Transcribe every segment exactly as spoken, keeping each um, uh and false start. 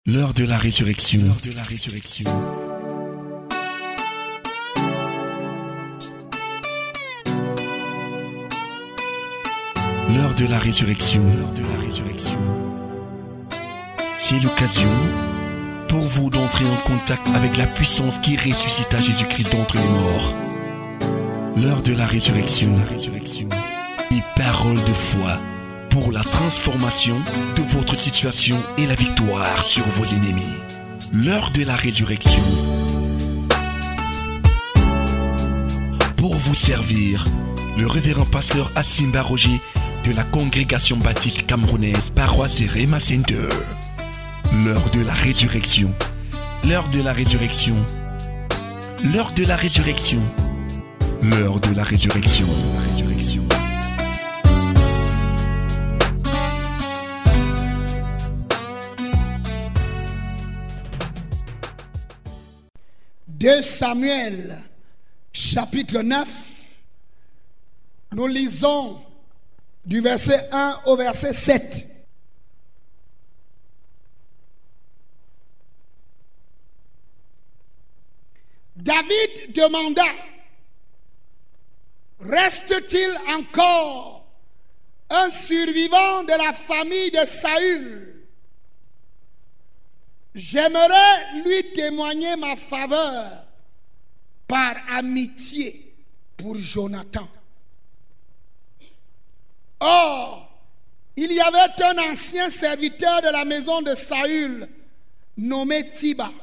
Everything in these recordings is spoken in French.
L'heure de la résurrection. L'heure de la résurrection. L'heure de la résurrection. L'heure de la résurrection. C'est l'occasion pour vous d'entrer en contact avec la puissance qui ressuscita Jésus-Christ d'entre les morts. L'heure de la résurrection. La résurrection. Et parole de foi pour la transformation de votre situation et la victoire sur vos ennemis. L'heure de la résurrection. Pour vous servir, le révérend pasteur Asimba Roger de la congrégation baptiste camerounaise Paroisse Rema Center. L'heure de la résurrection. L'heure de la résurrection. L'heure de la résurrection. L'heure de la résurrection. La résurrection. deux Samuel, chapitre neuf, nous lisons du verset un au verset sept. David demanda, reste-t-il encore un survivant de la famille de Saül? J'aimerais lui témoigner ma faveur par amitié pour Jonathan. Or, il y avait un ancien serviteur de la maison de Saül nommé Thiba.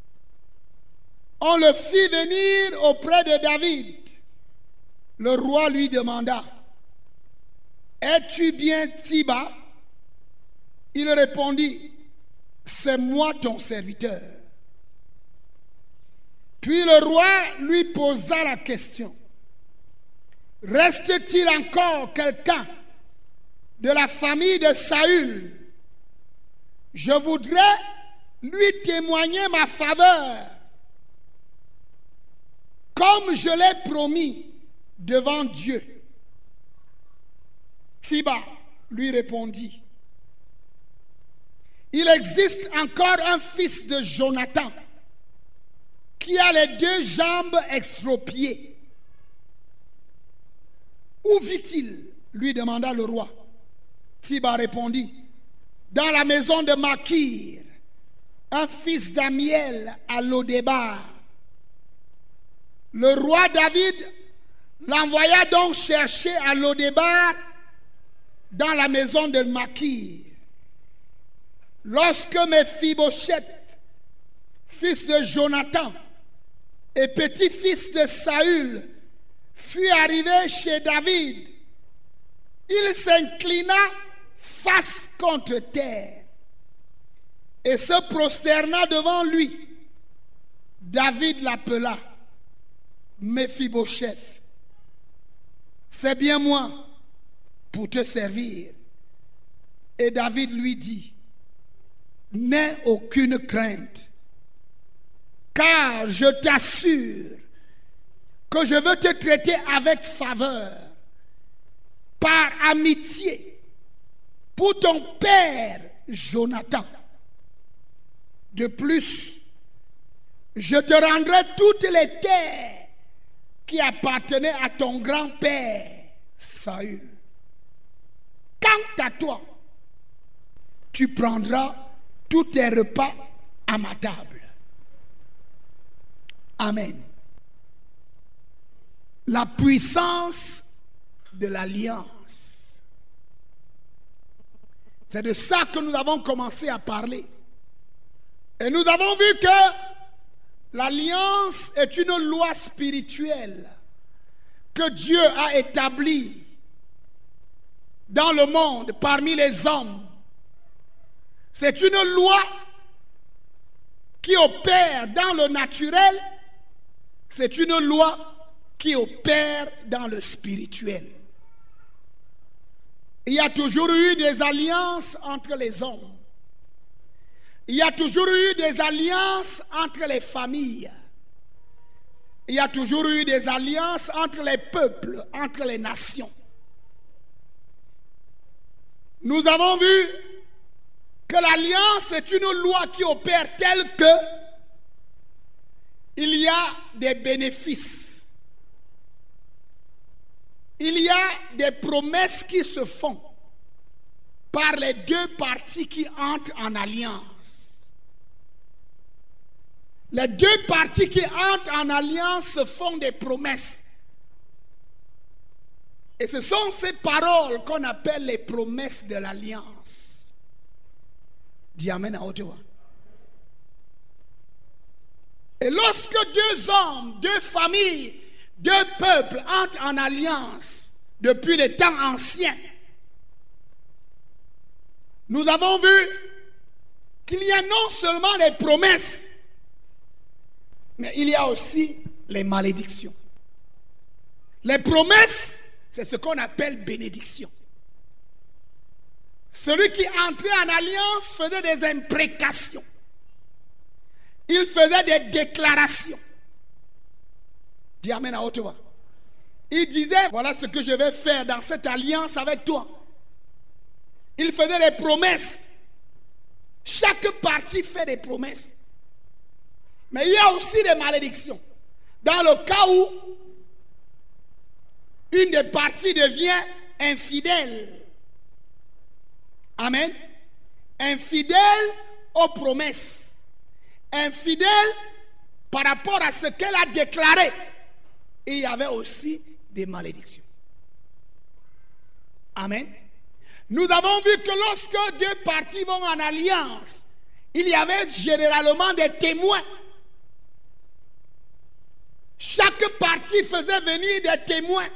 On le fit venir auprès de David. Le roi lui demanda, « Es-tu bien Thiba ?» Il répondit, « C'est moi ton serviteur. » Puis le roi lui posa la question, « Reste-t-il encore quelqu'un de la famille de Saül? Je voudrais lui témoigner ma faveur, comme je l'ai promis devant Dieu. » Thiba lui répondit, « Il existe encore un fils de Jonathan qui a les deux jambes extropiées. Où vit-il? Lui demanda le roi. Thiba répondit, dans la maison de Makir, un fils d'Amiel à Lodébar. Le roi David l'envoya donc chercher à Lodébar dans la maison de Makir. Lorsque Mephibosheth, fils de Jonathan et petit-fils de Saül, fut arrivé chez David, il s'inclina face contre terre et se prosterna devant lui. David l'appela, Mephibosheth. C'est bien moi pour te servir. Et David lui dit, n'aie aucune crainte, car je t'assure que je veux te traiter avec faveur, par amitié, pour ton père Jonathan. De plus, je te rendrai toutes les terres qui appartenaient à ton grand-père Saül. Quant à toi, tu prendras tous tes repas à ma table. Amen. La puissance de l'alliance. C'est de ça que nous avons commencé à parler. Et nous avons vu que l'alliance est une loi spirituelle que Dieu a établie dans le monde, parmi les hommes. C'est une loi qui opère dans le naturel, c'est une loi qui opère dans le spirituel. Il y a toujours eu des alliances entre les hommes. Il y a toujours eu des alliances entre les familles. Il y a toujours eu des alliances entre les peuples, entre les nations. Nous avons vu que l'alliance est une loi qui opère telle que il y a des bénéfices. Il y a des promesses qui se font par les deux parties qui entrent en alliance. Les deux parties qui entrent en alliance se font des promesses. Et ce sont ces paroles qu'on appelle les promesses de l'alliance. Dis amen à haute voix. Et lorsque deux hommes, deux familles, deux peuples entrent en alliance depuis les temps anciens, nous avons vu qu'il y a non seulement des promesses, mais il y a aussi les malédictions. Les promesses, c'est ce qu'on appelle bénédiction. Celui qui entrait en alliance faisait des imprécations. Il faisait des déclarations. Dis amen à haute voix. Il disait, voilà ce que je vais faire dans cette alliance avec toi. Il faisait des promesses. Chaque partie fait des promesses. Mais il y a aussi des malédictions. Dans le cas où une des parties devient infidèle. Amen. Infidèle aux promesses. Infidèle par rapport à ce qu'elle a déclaré. Il y avait aussi des malédictions. Amen. Nous avons vu que lorsque deux parties vont en alliance, il y avait généralement des témoins. Chaque partie faisait venir des témoins.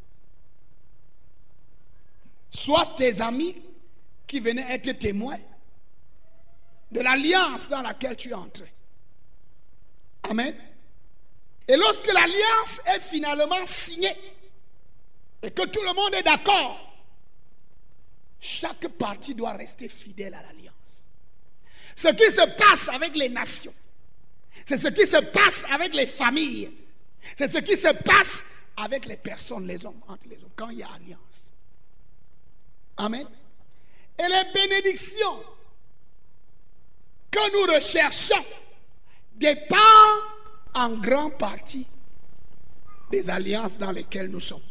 Soit tes amis qui venaient être témoins de l'alliance dans laquelle tu es entré. Amen. Et lorsque l'alliance est finalement signée et que tout le monde est d'accord, chaque partie doit rester fidèle à l'alliance. Ce qui se passe avec les nations, c'est ce qui se passe avec les familles, c'est ce qui se passe avec les personnes, les hommes, entre les hommes, quand il y a alliance. Amen. Et les bénédictions que nous recherchons dépendent en grande partie des alliances dans lesquelles nous sommes.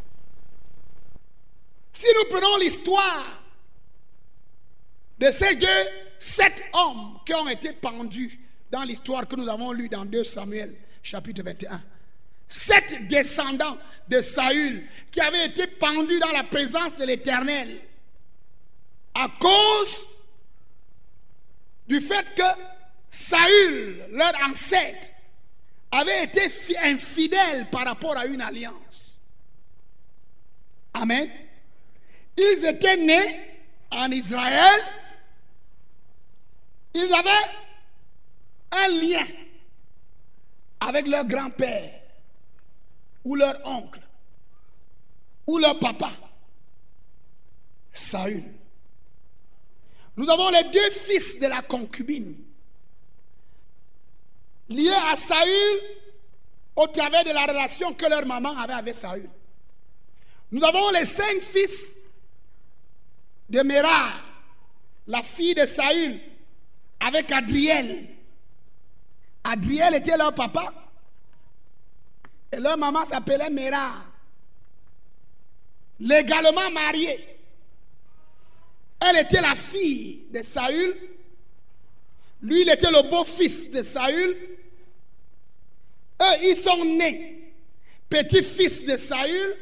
Si nous prenons l'histoire de ces deux, sept hommes qui ont été pendus dans l'histoire que nous avons lue dans deux Samuel, chapitre vingt et un, sept descendants de Saül qui avaient été pendus dans la présence de l'Éternel à cause du fait que Saül, leur ancêtre, avait été infidèle par rapport à une alliance. Amen. Ils étaient nés en Israël. Ils avaient un lien avec leur grand-père ou leur oncle ou leur papa, Saül. Nous avons les deux fils de la concubine liés à Saül au travers de la relation que leur maman avait avec Saül. Nous avons les cinq fils de Mérah, la fille de Saül, avec Adriel. Adriel était leur papa et leur maman s'appelait Mérah. Légalement mariée. Elle était la fille de Saül. Lui, il était le beau-fils de Saül. Eux, ils sont nés petits-fils de Saül,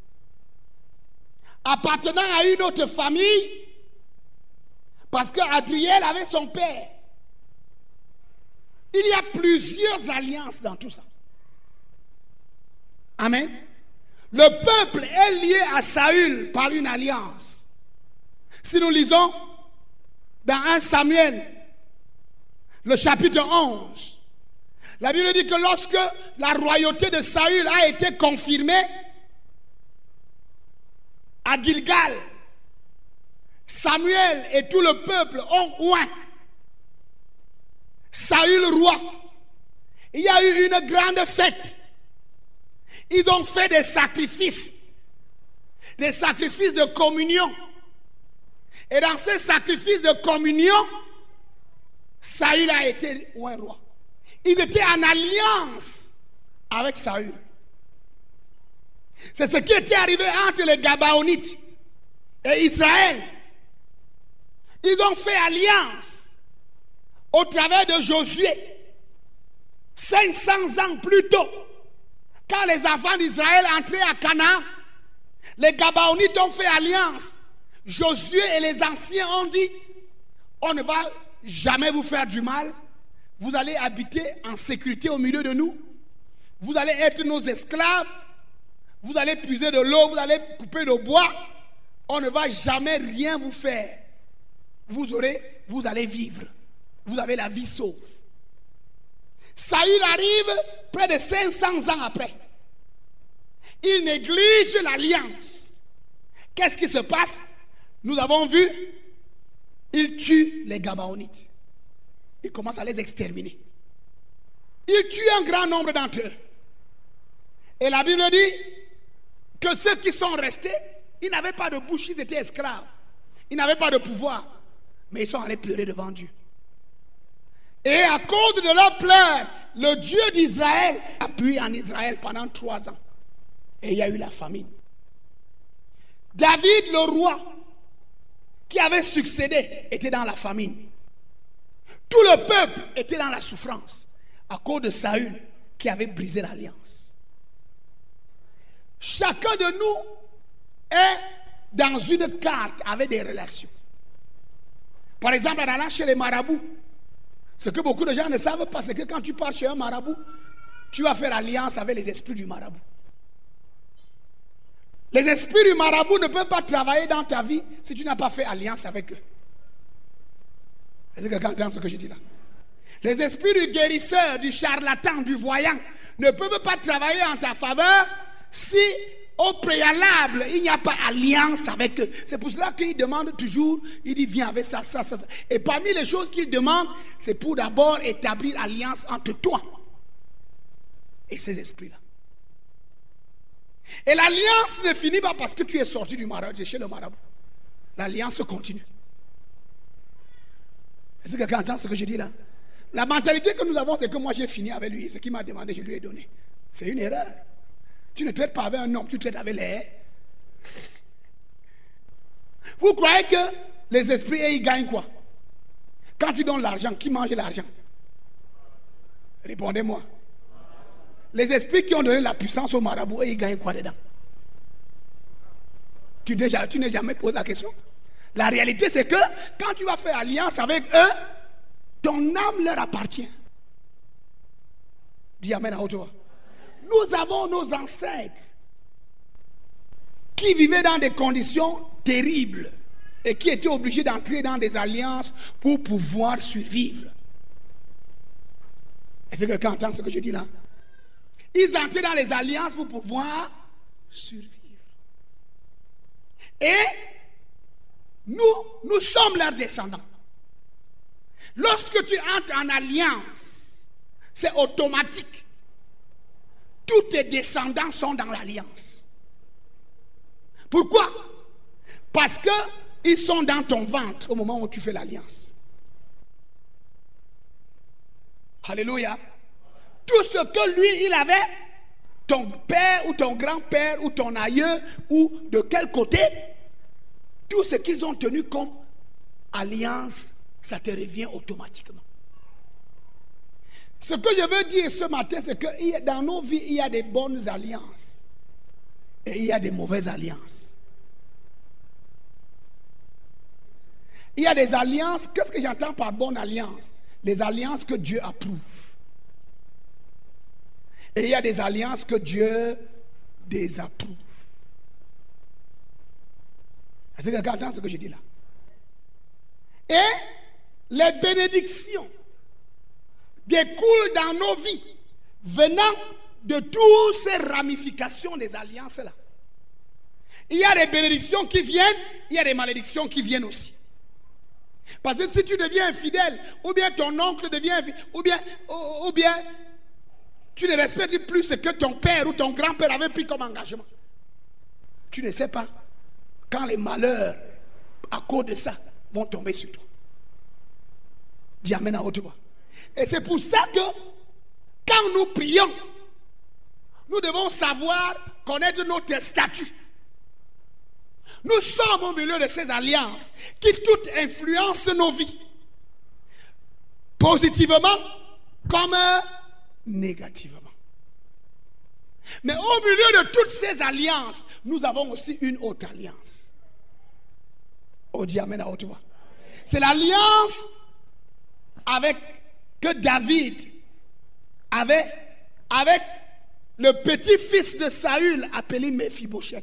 appartenant à une autre famille, parce qu'Adriel avait son père. Il y a plusieurs alliances dans tout ça. Amen. Le peuple est lié à Saül par une alliance. Si nous lisons dans un Samuel, le chapitre onze, la Bible dit que lorsque la royauté de Saül a été confirmée à Gilgal, Samuel et tout le peuple ont oint Saül roi. Il y a eu une grande fête. Ils ont fait des sacrifices, des sacrifices de communion. Et dans ces sacrifices de communion, Saül a été un roi. Ils étaient en alliance avec Saül. C'est ce qui était arrivé entre les Gabaonites et Israël. Ils ont fait alliance au travers de Josué. cinq cents ans plus tôt, quand les enfants d'Israël entraient à Canaan, les Gabaonites ont fait alliance. Josué et les anciens ont dit, on ne va jamais vous faire du mal. Vous allez habiter en sécurité au milieu de nous. Vous allez être nos esclaves. Vous allez puiser de l'eau, vous allez couper le bois. On ne va jamais rien vous faire. Vous aurez, vous allez vivre. Vous avez la vie sauve. Saül arrive près de cinq cents ans après. Il néglige l'alliance. Qu'est-ce qui se passe? Nous avons vu, il tue les Gabaonites. Il commence à les exterminer. Il tue un grand nombre d'entre eux. Et la Bible dit que ceux qui sont restés, ils n'avaient pas de bouche, ils étaient esclaves. Ils n'avaient pas de pouvoir. Mais ils sont allés pleurer devant Dieu. Et à cause de leurs pleurs, le Dieu d'Israël a plu en Israël pendant trois ans. Et il y a eu la famine. David, le roi, qui avait succédé, était dans la famine. Tout le peuple était dans la souffrance à cause de Saül qui avait brisé l'alliance. Chacun de nous est dans une carte avec des relations. Par exemple, en allant chez les marabouts, ce que beaucoup de gens ne savent pas, c'est que quand tu pars chez un marabout, tu vas faire alliance avec les esprits du marabout. Les esprits du marabout ne peuvent pas travailler dans ta vie si tu n'as pas fait alliance avec eux. Est-ce que quelqu'un entend ce que je dis là? Les esprits du guérisseur, du charlatan, du voyant ne peuvent pas travailler en ta faveur si au préalable il n'y a pas alliance avec eux. C'est pour cela qu'il demande toujours, il dit viens avec ça, ça, ça, ça. Et parmi les choses qu'il demande, c'est pour d'abord établir alliance entre toi et ces esprits-là. Et l'alliance ne finit pas parce que tu es sorti du marabout, de chez le marabout. L'alliance continue. Est-ce que quelqu'un entend ce que je dis là? La mentalité que nous avons, c'est que moi j'ai fini avec lui. Ce qu'il m'a demandé, je lui ai donné. C'est une erreur. Tu ne traites pas avec un homme, tu traites avec les haies. Vous croyez que les esprits, ils gagnent quoi? Quand tu donnes l'argent, qui mange l'argent? Répondez-moi. Les esprits qui ont donné la puissance au marabout, ils gagnent quoi dedans? Tu n'es jamais, jamais posé la question. La réalité, c'est que quand tu vas faire alliance avec eux, ton âme leur appartient. Dis amen à haute voix. Nous avons nos ancêtres qui vivaient dans des conditions terribles et qui étaient obligés d'entrer dans des alliances pour pouvoir survivre. Est-ce que quelqu'un entend ce que je dis là? Ils entraient dans les alliances pour pouvoir survivre. Et nous, nous sommes leurs descendants. Lorsque tu entres en alliance, c'est automatique. Tous tes descendants sont dans l'alliance. Pourquoi? Parce qu'ils sont dans ton ventre au moment où tu fais l'alliance. Alléluia. Tout ce que lui, il avait, ton père ou ton grand-père ou ton aïeux ou de quel côté, tout ce qu'ils ont tenu comme alliance, ça te revient automatiquement. Ce que je veux dire ce matin, c'est que dans nos vies, il y a des bonnes alliances et il y a des mauvaises alliances. Il y a des alliances, qu'est-ce que j'entends par bonne alliance? Les alliances que Dieu approuve. Et il y a des alliances que Dieu désapprouve. Est-ce que quelqu'un entend ce que je dis là? Et les bénédictions découlent dans nos vies venant de toutes ces ramifications des alliances-là. Il y a des bénédictions qui viennent, il y a des malédictions qui viennent aussi. Parce que si tu deviens infidèle, ou bien ton oncle devient infidèle, ou bien, ou, ou bien tu ne respectes plus ce que ton père ou ton grand-père avait pris comme engagement, tu ne sais pas quand les malheurs à cause de ça vont tomber sur toi. Dis amen à haute voix. Et c'est pour ça que quand nous prions, nous devons savoir connaître notre statut. Nous sommes au milieu de ces alliances qui toutes influencent nos vies, positivement comme négativement. Mais au milieu de toutes ces alliances, nous avons aussi une autre alliance. Oh, dis amen à haute voix. C'est l'alliance avec que David avait avec le petit-fils de Saül appelé Mephibosheth.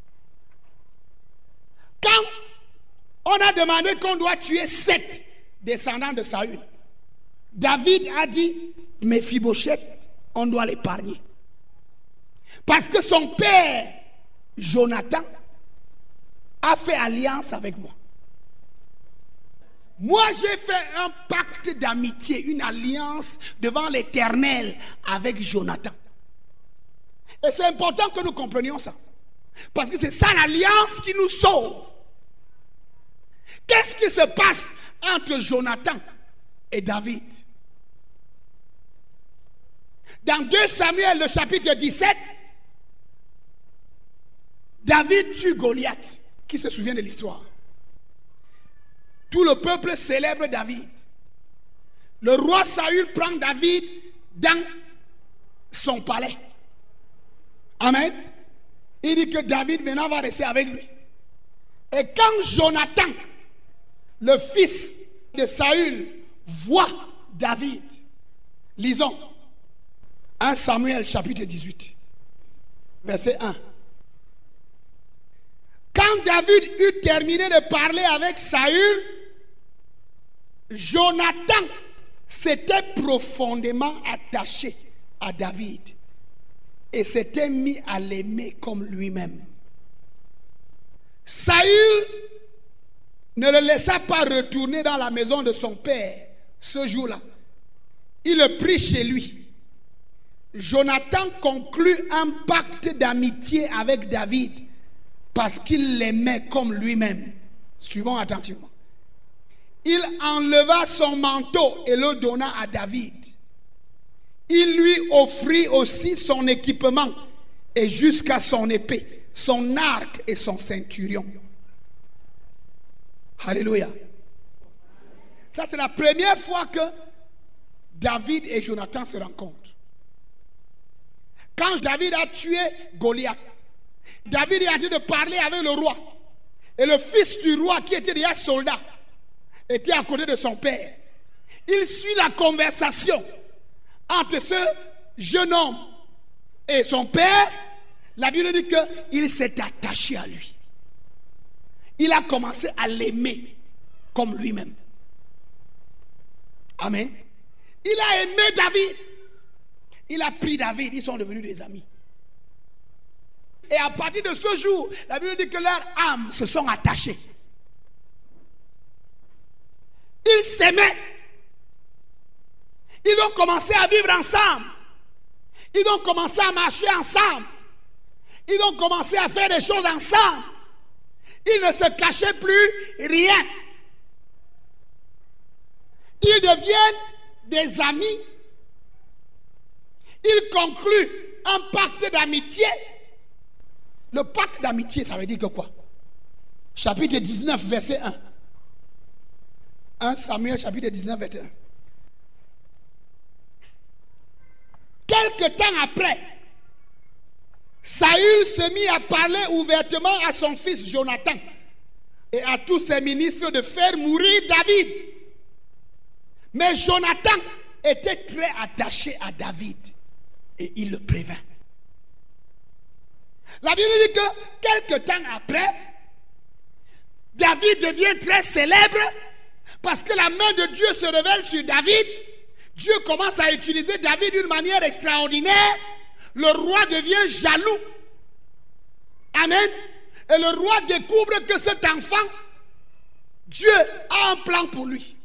Quand on a demandé qu'on doit tuer sept descendants de Saül, David a dit Mephibosheth, on doit l'épargner. Parce que son père, Jonathan, a fait alliance avec moi. Moi, j'ai fait un pacte d'amitié, une alliance devant l'Éternel avec Jonathan. Et c'est important que nous comprenions ça. Parce que c'est ça l'alliance qui nous sauve. Qu'est-ce qui se passe entre Jonathan et David? Dans deux Samuel, le chapitre dix-sept, David tue Goliath. Qui se souvient de l'histoire? Tout le peuple célèbre David. Le roi Saül prend David dans son palais. Amen. Il dit que David maintenant va rester avec lui. Et quand Jonathan, le fils de Saül, voit David, lisons un Samuel chapitre dix-huit, verset un. Quand David eut terminé de parler avec Saül, Jonathan s'était profondément attaché à David et s'était mis à l'aimer comme lui-même. Saül ne le laissa pas retourner dans la maison de son père ce jour-là. Il le prit chez lui. Jonathan conclut un pacte d'amitié avec David parce qu'il l'aimait comme lui-même. Suivons attentivement. Il enleva son manteau et le donna à David. Il lui offrit aussi son équipement et jusqu'à son épée, son arc et son ceinturion. Alléluia. Ça, c'est la première fois que David et Jonathan se rencontrent. Quand David a tué Goliath, David est en train de parler avec le roi. Et le fils du roi, qui était déjà soldat, était à côté de son père. Il suit la conversation entre ce jeune homme et son père. La Bible dit qu'il s'est attaché à lui. Il a commencé à l'aimer comme lui-même. Amen. Il a aimé David. Il a pris David. Ils sont devenus des amis. Et à partir de ce jour, la Bible dit que leurs âmes se sont attachées. Ils s'aimaient. Ils ont commencé à vivre ensemble. Ils ont commencé à marcher ensemble. Ils ont commencé à faire des choses ensemble. Ils ne se cachaient plus rien. Ils deviennent des amis. Ils concluent un pacte d'amitié. Le pacte d'amitié, ça veut dire que quoi? Chapitre dix-neuf, verset un. un Samuel, chapitre dix-neuf, verset un. Quelque temps après, Saül se mit à parler ouvertement à son fils Jonathan et à tous ses ministres de faire mourir David. Mais Jonathan était très attaché à David et il le prévint. La Bible dit que quelque temps après, David devient très célèbre parce que la main de Dieu se révèle sur David. Dieu commence à utiliser David d'une manière extraordinaire. Le roi devient jaloux. Amen. Et le roi découvre que cet enfant, Dieu a un plan pour lui.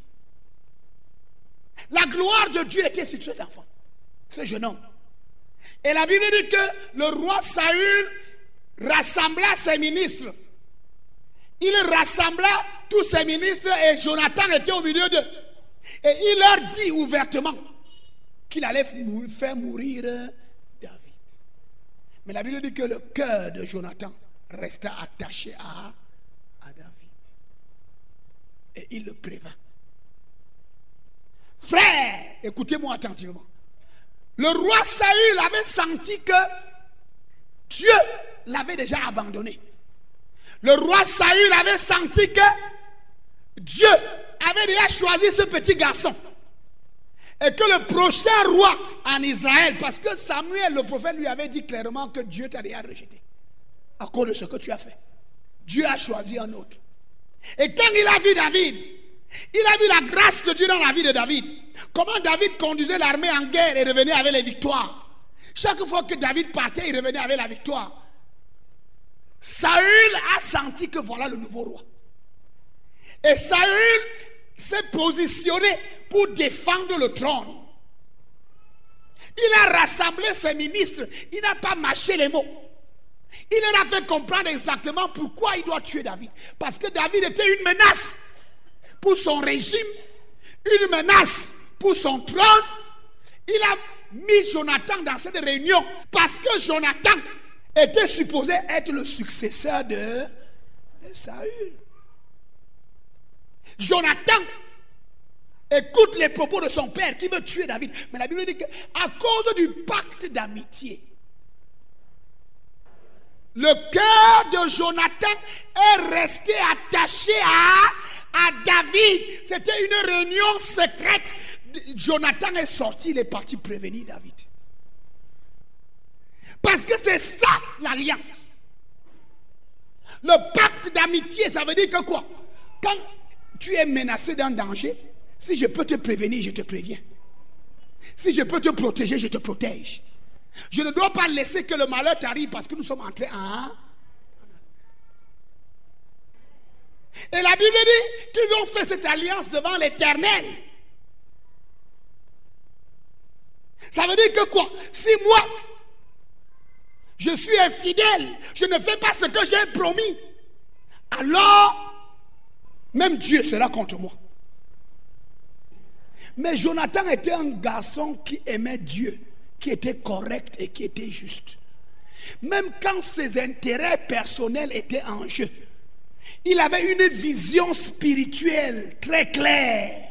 La gloire de Dieu était sur cet enfant, ce jeune homme. Et la Bible dit que le roi Saül rassembla ses ministres. Il rassembla tous ses ministres et Jonathan était au milieu d'eux. Et il leur dit ouvertement qu'il allait faire mourir David. Mais la Bible dit que le cœur de Jonathan resta attaché à, à David. Et il le prévint. Frère, écoutez-moi attentivement. Le roi Saül avait senti que Dieu l'avait déjà abandonné. Le roi Saül avait senti que Dieu avait déjà choisi ce petit garçon. Et que le prochain roi en Israël, parce que Samuel, le prophète, lui avait dit clairement que Dieu t'a déjà rejeté à cause de ce que tu as fait. Dieu a choisi un autre. Et quand il a vu David, il a vu la grâce de Dieu dans la vie de David. Comment David conduisait l'armée en guerre et revenait avec les victoires. Chaque fois que David partait, il revenait avec la victoire. Saül a senti que voilà le nouveau roi. Et Saül s'est positionné pour défendre le trône. Il a rassemblé ses ministres. Il n'a pas mâché les mots. Il leur a fait comprendre exactement pourquoi il doit tuer David. Parce que David était une menace pour son régime, une menace pour son trône. Il a mis Jonathan dans cette réunion parce que Jonathan était supposé être le successeur de, de Saül. Jonathan écoute les propos de son père qui veut tuer David. Mais la Bible dit qu'à cause du pacte d'amitié, le cœur de Jonathan est resté attaché à, à David. C'était une réunion secrète. Jonathan est sorti, il est parti prévenir David. Parce que c'est ça l'alliance. Le pacte d'amitié, ça veut dire que quoi? Quand tu es menacé d'un danger, si je peux te prévenir, je te préviens. Si je peux te protéger, je te protège. Je ne dois pas laisser que le malheur t'arrive parce que nous sommes entrés en... Et la Bible dit qu'ils ont fait cette alliance devant l'Éternel. Ça veut dire que quoi? Si moi, je suis infidèle, je ne fais pas ce que j'ai promis, alors, même Dieu sera contre moi. Mais Jonathan était un garçon qui aimait Dieu, qui était correct et qui était juste. Même quand ses intérêts personnels étaient en jeu, il avait une vision spirituelle très claire.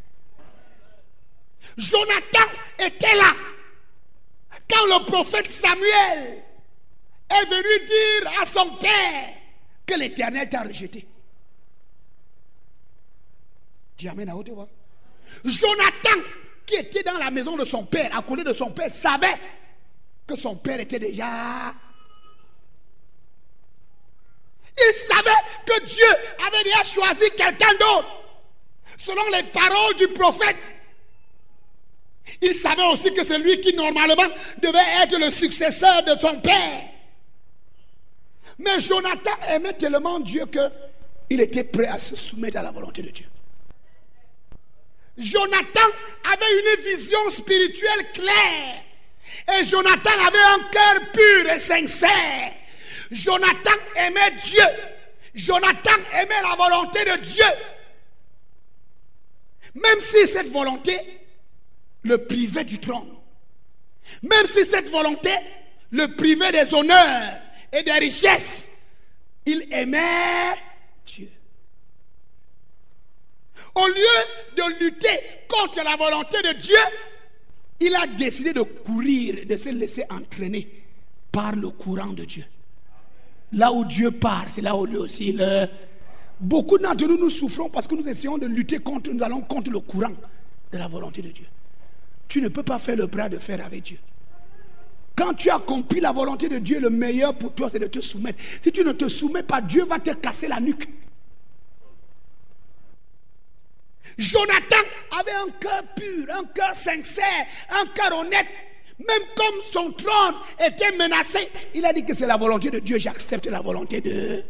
Jonathan était là quand le prophète Samuel est venu dire à son père que l'Éternel t'a rejeté. Dis amen à haute voix. Jonathan, qui était dans la maison de son père, à côté de son père, savait que son père était déjà... Il savait que Dieu avait déjà choisi quelqu'un d'autre, selon les paroles du prophète. Il savait aussi que c'est lui qui normalement devait être le successeur de son père. Mais Jonathan aimait tellement Dieu qu'il était prêt à se soumettre à la volonté de Dieu. Jonathan avait une vision spirituelle claire. Et Jonathan avait un cœur pur et sincère. Jonathan aimait Dieu. Jonathan aimait la volonté de Dieu. Même si cette volonté le privait du trône. Même si cette volonté le privait des honneurs et des richesses. Il aimait Dieu. Au lieu de lutter contre la volonté de Dieu, il a décidé de courir, de se laisser entraîner par le courant de Dieu. Là où Dieu part, c'est là où lui aussi le... Beaucoup d'entre nous, nous souffrons parce que nous essayons de lutter contre, nous allons contre le courant de la volonté de Dieu. Tu ne peux pas faire le bras de fer avec Dieu. Quand tu as compris la volonté de Dieu, le meilleur pour toi, c'est de te soumettre. Si tu ne te soumets pas, Dieu va te casser la nuque. Jonathan avait un cœur pur, un cœur sincère, un cœur honnête. Même comme son trône était menacé, il a dit que c'est la volonté de Dieu, j'accepte la volonté de...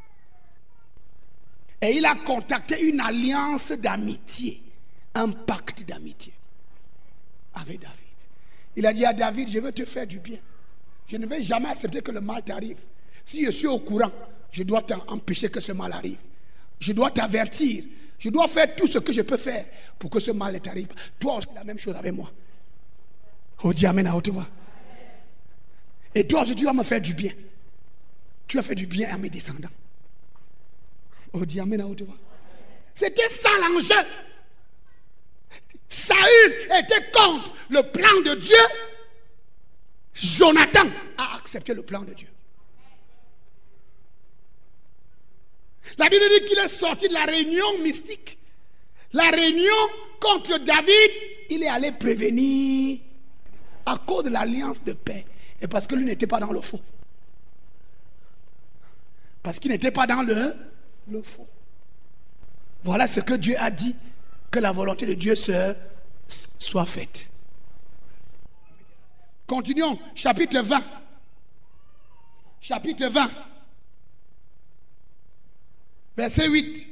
Et il a contacté une alliance d'amitié, un pacte d'amitié avec David. Il a dit à David, je veux te faire du bien. Je ne vais jamais accepter que le mal t'arrive. Si je suis au courant, je dois t'empêcher que ce mal arrive. Je dois t'avertir. Je dois faire tout ce que je peux faire pour que ce mal ne t'arrive pas. Toi aussi, la même chose avec moi. On dit amen à haute voix. Et toi aujourd'hui, tu vas me faire du bien. Tu vas faire du bien à mes descendants. On dit amen à haute voix. C'était ça l'enjeu. Saül était contre le plan de Dieu. Jonathan a accepté le plan de Dieu. La Bible dit qu'il est sorti de la réunion mystique. La réunion contre David, il est allé prévenir à cause de l'alliance de paix. Et parce que lui n'était pas dans le faux. Parce qu'il n'était pas dans le, le faux. Voilà ce que Dieu a dit, que la volonté de Dieu se, soit faite. Continuons, chapitre vingt. Chapitre vingt. Verset huit.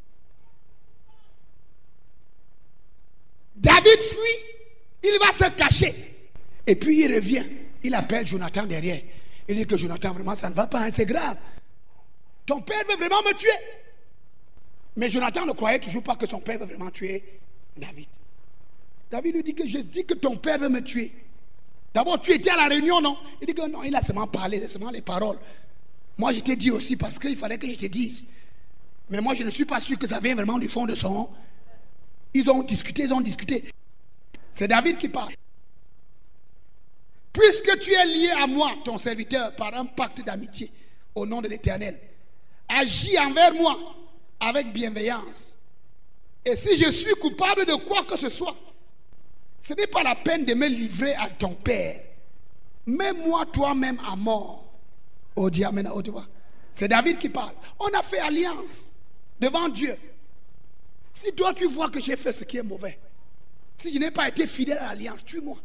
David fuit, il va se cacher. Et puis il revient, il appelle Jonathan derrière. Il dit que Jonathan, vraiment, ça ne va pas, hein, c'est grave. Ton père veut vraiment me tuer. Mais Jonathan ne croyait toujours pas que son père veut vraiment tuer David. David lui dit que je dis que ton père veut me tuer. D'abord, tu étais à la réunion, non? Il dit que non, il a seulement parlé, c'est seulement les paroles. Moi, je t'ai dit aussi parce qu'il fallait que je te dise. Mais moi, je ne suis pas sûr que ça vient vraiment du fond de son. Ils ont discuté, ils ont discuté. C'est David qui parle. Puisque tu es lié à moi, ton serviteur, par un pacte d'amitié, au nom de l'Éternel, agis envers moi avec bienveillance. Et si je suis coupable de quoi que ce soit, ce n'est pas la peine de me livrer à ton père. Mets-moi toi-même à mort. Oh Dieu, amen, oh, tu vois. C'est David qui parle. On a fait alliance devant Dieu. Si toi tu vois que j'ai fait ce qui est mauvais, si je n'ai pas été fidèle à l'alliance, tue-moi.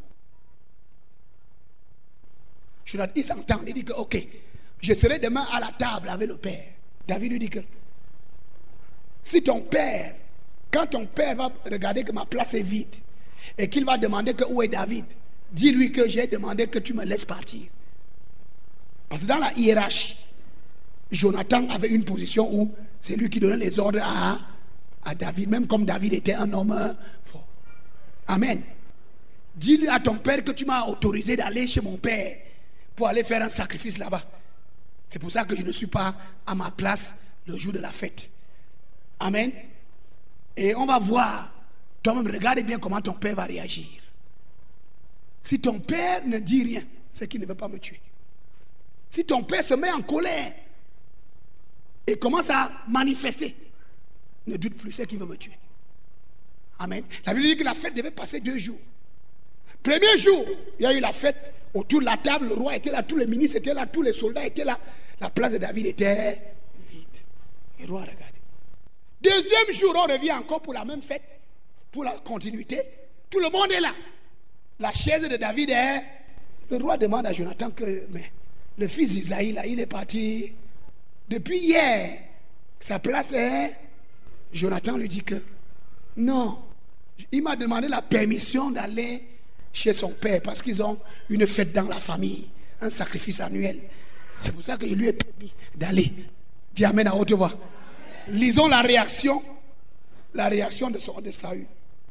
Il s'entend, il dit que ok, je serai demain à la table avec le père. David lui dit que si ton père, quand ton père va regarder que ma place est vide et qu'il va demander que où est David, dis-lui que j'ai demandé que tu me laisses partir. Parce que dans la hiérarchie, Jonathan avait une position où c'est lui qui donnait les ordres à, à David, même comme David était un homme fort. Amen. Dis-lui à ton père que tu m'as autorisé d'aller chez mon père pour aller faire un sacrifice là-bas. C'est pour ça que je ne suis pas à ma place le jour de la fête. Amen. Et on va voir, toi-même regarde bien comment ton père va réagir. Si ton père ne dit rien, c'est qu'il ne veut pas me tuer. Si ton père se met en colère et commence à manifester, ne doute plus, c'est qu'il veut me tuer. Amen. La Bible dit que la fête devait passer deux jours. Premier jour, il y a eu la fête autour de la table, le roi était là, tous les ministres étaient là, tous les soldats étaient là. La place de David était vide. Le roi regardait. Deuxième jour, on revient encore pour la même fête, pour la continuité. Tout le monde est là. La chaise de David est... Le roi demande à Jonathan que... Mais le fils d'Isaïe, là, il est parti... Depuis hier, sa place est... Jonathan lui dit que... Non. Il m'a demandé la permission d'aller chez son père parce qu'ils ont une fête dans la famille. Un sacrifice annuel. C'est pour ça que je lui ai permis d'aller. Dis amen à haute voix. Lisons la réaction, la réaction de, son, de Saül.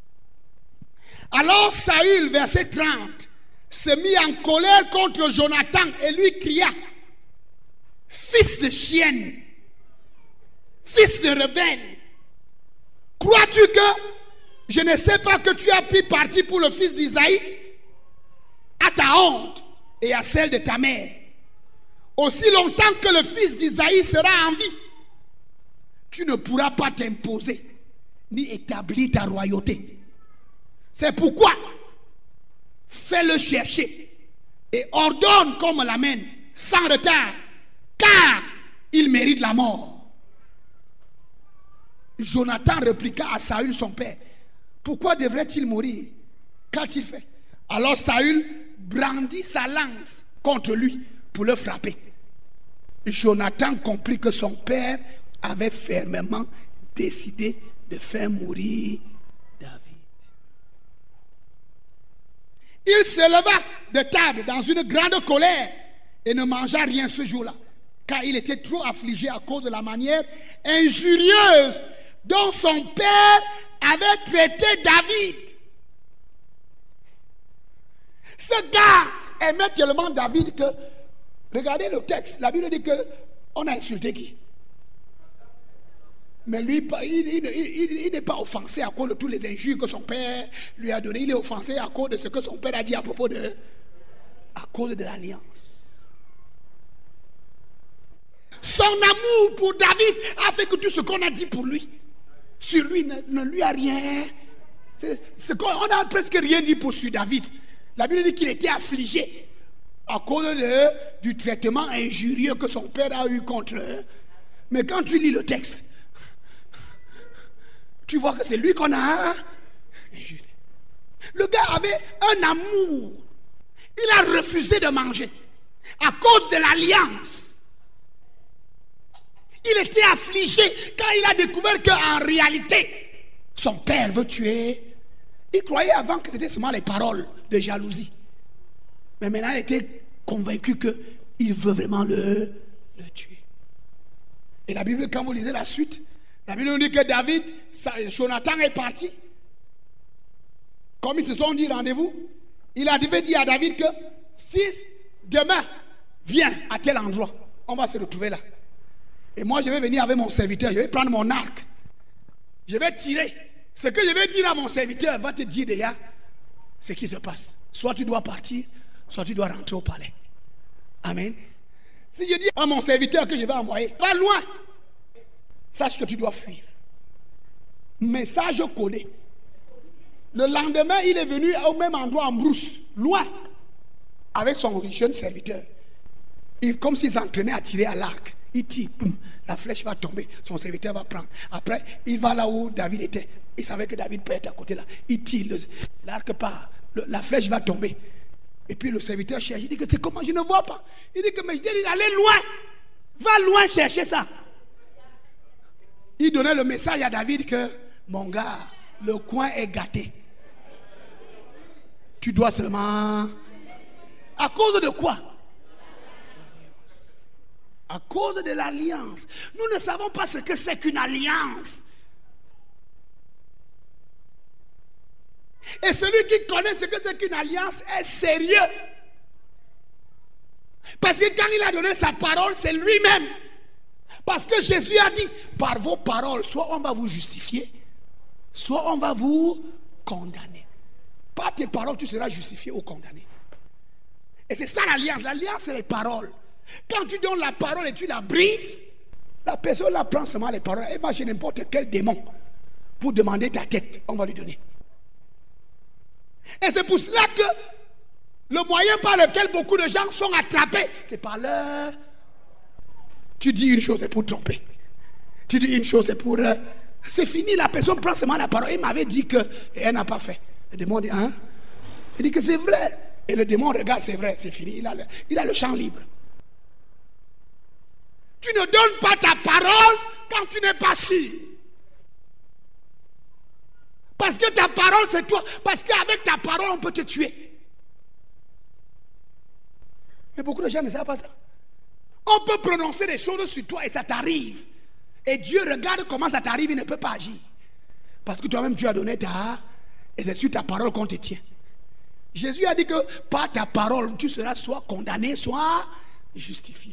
Alors Saül, verset trente, se mit en colère contre Jonathan et lui cria: fils de chienne, fils de rebelle, crois-tu que je ne sais pas que tu as pris parti pour le fils d'Isaïe? À ta honte et à celle de ta mère. Aussi longtemps que le fils d'Isaïe sera en vie, tu ne pourras pas t'imposer ni établir ta royauté. C'est pourquoi fais-le chercher et ordonne qu'on me l'amène sans retard, car il mérite la mort. Jonathan répliqua à Saül son père: pourquoi devrait-il mourir? Qu'a-t-il fait? Alors Saül brandit sa lance contre lui pour le frapper. Jonathan comprit que son père avait fermement décidé de faire mourir David. Il se leva de table dans une grande colère et ne mangea rien ce jour-là, car il était trop affligé à cause de la manière injurieuse dont son père avait traité David. Ce gars aimait tellement David que, regardez le texte, la Bible dit que on a insulté qui? Mais lui, il, il, il, il n'est pas offensé à cause de tous les injures que son père lui a donné. Il est offensé à cause de ce que son père a dit à propos de... à cause de l'alliance. Son amour pour David a fait que tout ce qu'on a dit pour lui, sur lui, ne, ne lui a rien. C'est, c'est qu'on n'a presque rien dit pour sur David. La Bible dit qu'il était affligé à cause de, du traitement injurieux que son père a eu contre eux. Mais quand tu lis le texte, tu vois que c'est lui qu'on a injurié. Le gars avait un amour. Il a refusé de manger à cause de l'alliance. Il était affligé quand il a découvert qu'en réalité, son père veut tuer. Il croyait avant que c'était seulement les paroles de jalousie. Mais maintenant, il était convaincu qu'il veut vraiment le, le tuer. Et la Bible, quand vous lisez la suite, la Bible nous dit que David, Jonathan est parti. Comme ils se sont dit rendez-vous, il a dit à David que si demain, viens à tel endroit, on va se retrouver là. Et moi, je vais venir avec mon serviteur, je vais prendre mon arc. Je vais tirer. Ce que je vais dire à mon serviteur va te dire déjà ce qui se passe. Soit tu dois partir, soit tu dois rentrer au palais. Amen. Si je dis à mon serviteur que je vais envoyer, va loin, sache que tu dois fuir. Message codé. Le lendemain, il est venu au même endroit en brousse, loin, avec son jeune serviteur. Il, comme s'il s'entraînait à tirer à l'arc. Il tire, boum, la flèche va tomber, son serviteur va prendre. Après, il va là où David était. Il savait que David peut être à côté là. Il tire, le, l'arc part, le, la flèche va tomber. Et puis le serviteur cherche, il dit que c'est comment, je ne vois pas. Il dit que mais je dis d'aller loin, va loin chercher ça. Il donnait le message à David que, mon gars, le coin est gâté. Tu dois seulement... À cause de quoi? À cause de l'alliance. Nous ne savons pas ce que c'est qu'une alliance. Et celui qui connaît ce que c'est qu'une alliance est sérieux. Parce que quand il a donné sa parole, c'est lui-même. Parce que Jésus a dit, par vos paroles, soit on va vous justifier, soit on va vous condamner. Par tes paroles, tu seras justifié ou condamné. Et c'est ça l'alliance. L'alliance, c'est les paroles. Quand tu donnes la parole et tu la brises, la personne la prend seulement les paroles. Elle va chez n'importe quel démon pour demander ta tête. On va lui donner. Et c'est pour cela que le moyen par lequel beaucoup de gens sont attrapés, c'est par leur... Tu dis une chose, c'est pour tromper. Tu dis une chose, c'est pour... Euh... C'est fini, la personne prend seulement la parole. Il m'avait dit que... Et elle n'a pas fait. Le démon dit, hein? Il dit que c'est vrai. Et le démon regarde, c'est vrai, c'est fini. Il a le, il a le champ libre. Tu ne donnes pas ta parole quand tu n'es pas sûr. Parce que ta parole, c'est toi. Parce qu'avec ta parole, on peut te tuer. Mais beaucoup de gens ne savent pas ça. On peut prononcer des choses sur toi et ça t'arrive. Et Dieu regarde comment ça t'arrive, il ne peut pas agir. Parce que toi-même, tu as donné ta... Et c'est sur ta parole qu'on te tient. Jésus a dit que par ta parole, tu seras soit condamné, soit justifié.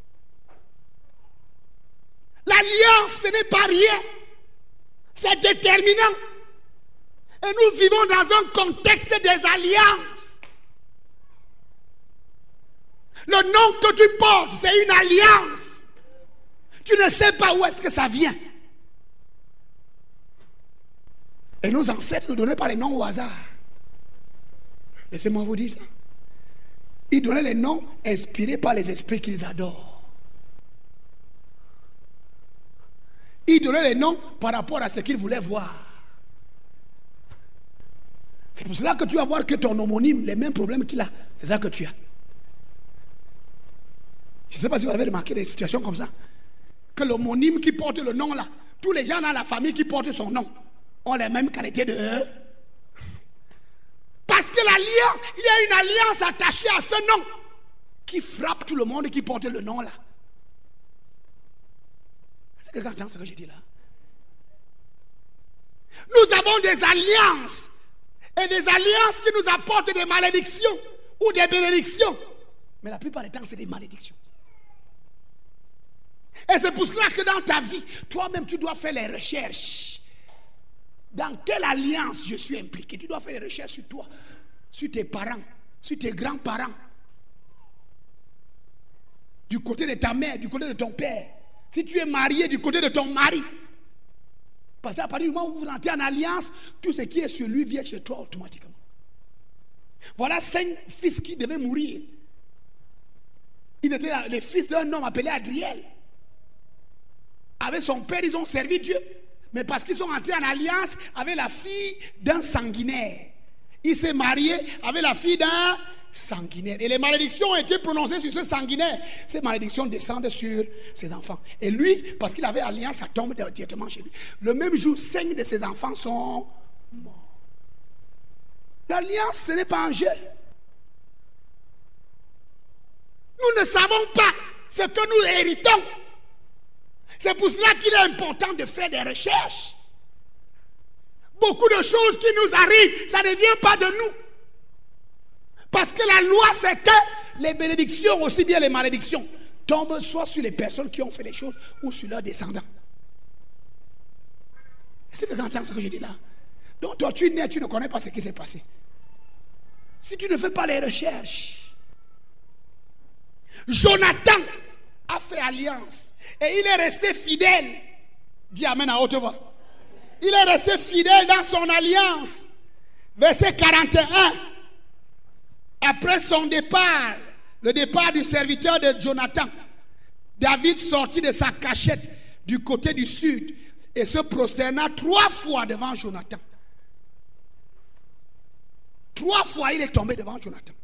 L'alliance, ce n'est pas rien. C'est déterminant. Et nous vivons dans un contexte des alliances. Le nom que tu portes, c'est une alliance. Tu ne sais pas où est-ce que ça vient. Et nos ancêtres ne donnaient pas les noms au hasard. Laissez-moi vous dire ça. Ils donnaient les noms inspirés par les esprits qu'ils adorent. Ils donnaient les noms par rapport à ce qu'ils voulaient voir. C'est pour cela que tu vas voir que ton homonyme, les mêmes problèmes qu'il a, c'est ça que tu as. Je ne sais pas si vous avez remarqué des situations comme ça. Que l'homonyme qui porte le nom là, tous les gens dans la famille qui portent son nom ont les mêmes qualités de eux. Parce que l'alliance, il y a une alliance attachée à ce nom qui frappe tout le monde et qui porte le nom là. Est-ce que tu entends ce que je dis là? Nous avons des alliances. Et des alliances qui nous apportent des malédictions ou des bénédictions. Mais la plupart du temps, c'est des malédictions. Et c'est pour cela que dans ta vie, toi-même, tu dois faire les recherches. Dans quelle alliance je suis impliqué? Tu dois faire les recherches sur toi, sur tes parents, sur tes grands-parents. Du côté de ta mère, du côté de ton père. Si tu es marié, du côté de ton mari. Parce qu'à partir du moment où vous rentrez en alliance, tout ce qui est sur lui vient chez toi automatiquement. Voilà cinq fils qui devaient mourir. Ils étaient les fils d'un homme appelé Adriel. Avec son père, ils ont servi Dieu. Mais parce qu'ils sont entrés en alliance avec la fille d'un sanguinaire. Il s'est marié avec la fille d'un sanguinaire. Et les malédictions ont été prononcées sur ce sanguinaire. Ces malédictions descendent sur ses enfants. Et lui, parce qu'il avait alliance, ça tombe directement chez lui. Le même jour, cinq de ses enfants sont morts. L'alliance, ce n'est pas un jeu. Nous ne savons pas ce que nous héritons. C'est pour cela qu'il est important de faire des recherches. Beaucoup de choses qui nous arrivent, ça ne vient pas de nous. Parce que la loi, c'est que les bénédictions, aussi bien les malédictions, tombent soit sur les personnes qui ont fait les choses ou sur leurs descendants. Est-ce que tu entends ce que je dis là? Donc toi, tu es né, tu ne connais pas ce qui s'est passé. Si tu ne fais pas les recherches. Jonathan a fait alliance et il est resté fidèle. Dis amen à haute voix. Il est resté fidèle dans son alliance. Verset quarante et un. Après son départ, le départ du serviteur de Jonathan, David sortit de sa cachette du côté du sud et se prosterna trois fois devant Jonathan. Trois fois, il est tombé devant Jonathan.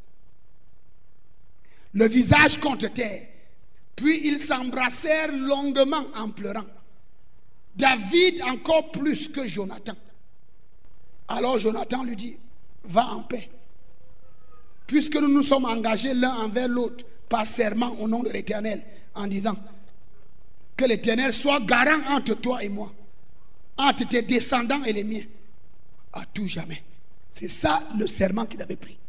Le visage contre terre. Puis ils s'embrassèrent longuement en pleurant. David encore plus que Jonathan. Alors Jonathan lui dit, va en paix. Puisque nous nous sommes engagés l'un envers l'autre par serment au nom de l'Éternel, en disant que l'Éternel soit garant entre toi et moi, entre tes descendants et les miens, à tout jamais. C'est ça le serment qu'ils avaient pris.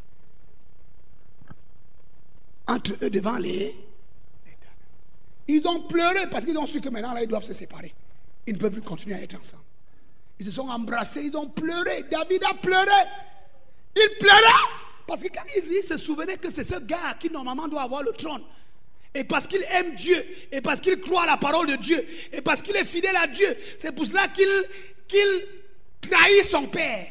Entre eux devant les... Ils ont pleuré parce qu'ils ont su que maintenant là, ils doivent se séparer. Ils ne peuvent plus continuer à être ensemble. Ils se sont embrassés, ils ont pleuré. David a pleuré. Il pleurait. Parce que quand il se souvenait que c'est ce gars qui normalement doit avoir le trône. Et parce qu'il aime Dieu. Et parce qu'il croit à la parole de Dieu. Et parce qu'il est fidèle à Dieu. C'est pour cela qu'il qu'il trahit son père.